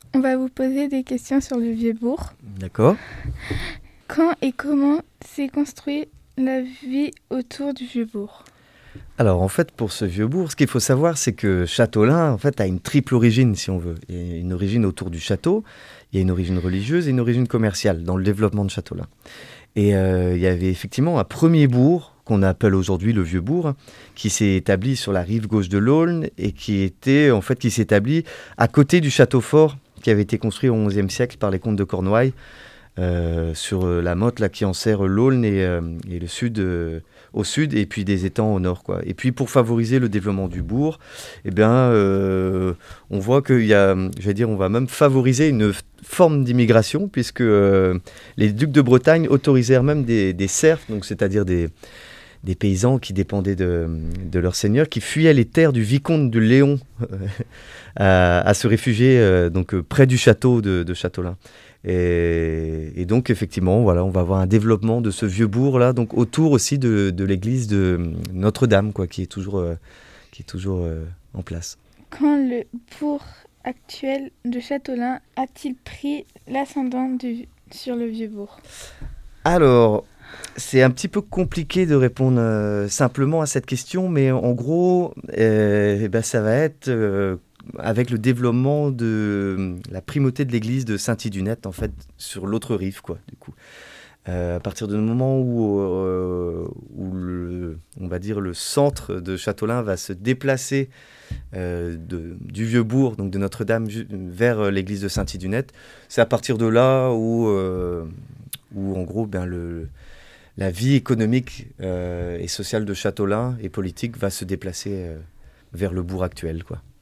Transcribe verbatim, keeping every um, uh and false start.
On va vous poser des questions sur le Vieux-Bourg. D'accord. Quand et comment s'est construite la vie autour du Vieux-Bourg ? Alors en fait, pour ce Vieux-Bourg, ce qu'il faut savoir, c'est que Châteaulin en fait, a une triple origine, si on veut. Il y a une origine autour du château, il y a une origine religieuse et une origine commerciale dans le développement de Châteaulin. Et euh, il y avait effectivement un premier bourg, qu'on appelle aujourd'hui le Vieux-Bourg, qui s'est établi sur la rive gauche de l'Aulne et qui était en fait qui s'est établi à côté du château fort qui avait été construit au onzième siècle par les comtes de Cornouailles euh, sur la motte là, qui enserre l'Aulne et, euh, et le sud, euh, au sud et puis des étangs au nord, quoi. Et puis pour favoriser le développement du bourg, eh bien, euh, on voit qu'il y a, je vais dire, on va même favoriser une forme d'immigration puisque euh, les ducs de Bretagne autorisèrent même des, des serfs, donc c'est-à-dire des des paysans qui dépendaient de, de leur seigneur, qui fuyaient les terres du vicomte de Léon à, à se réfugier euh, donc, euh, près du château de, de Châteaulin. Et, et donc effectivement, voilà, on va avoir un développement de ce vieux bourg-là, donc autour aussi de, de l'église de Notre-Dame, quoi, qui est toujours, euh, qui est toujours euh, en place. Quand le bourg actuel de Châteaulin a-t-il pris l'ascendant du, sur le Vieux-Bourg ? Alors, c'est un petit peu compliqué de répondre euh, simplement à cette question, mais en gros, euh, eh ben, ça va être euh, avec le développement de euh, la primauté de l'église de Saint-Idunette, en fait, sur l'autre rive, quoi, du coup. Euh, à partir du moment où, euh, où le, on va dire, le centre de Châteaulin va se déplacer euh, de, du Vieux-Bourg, donc de Notre-Dame, ju- vers l'église de Saint-Idunette, c'est à partir de là où, euh, où en gros, ben, le la vie économique euh, et sociale de Châteaulin et politique va se déplacer euh, vers le bourg actuel, quoi.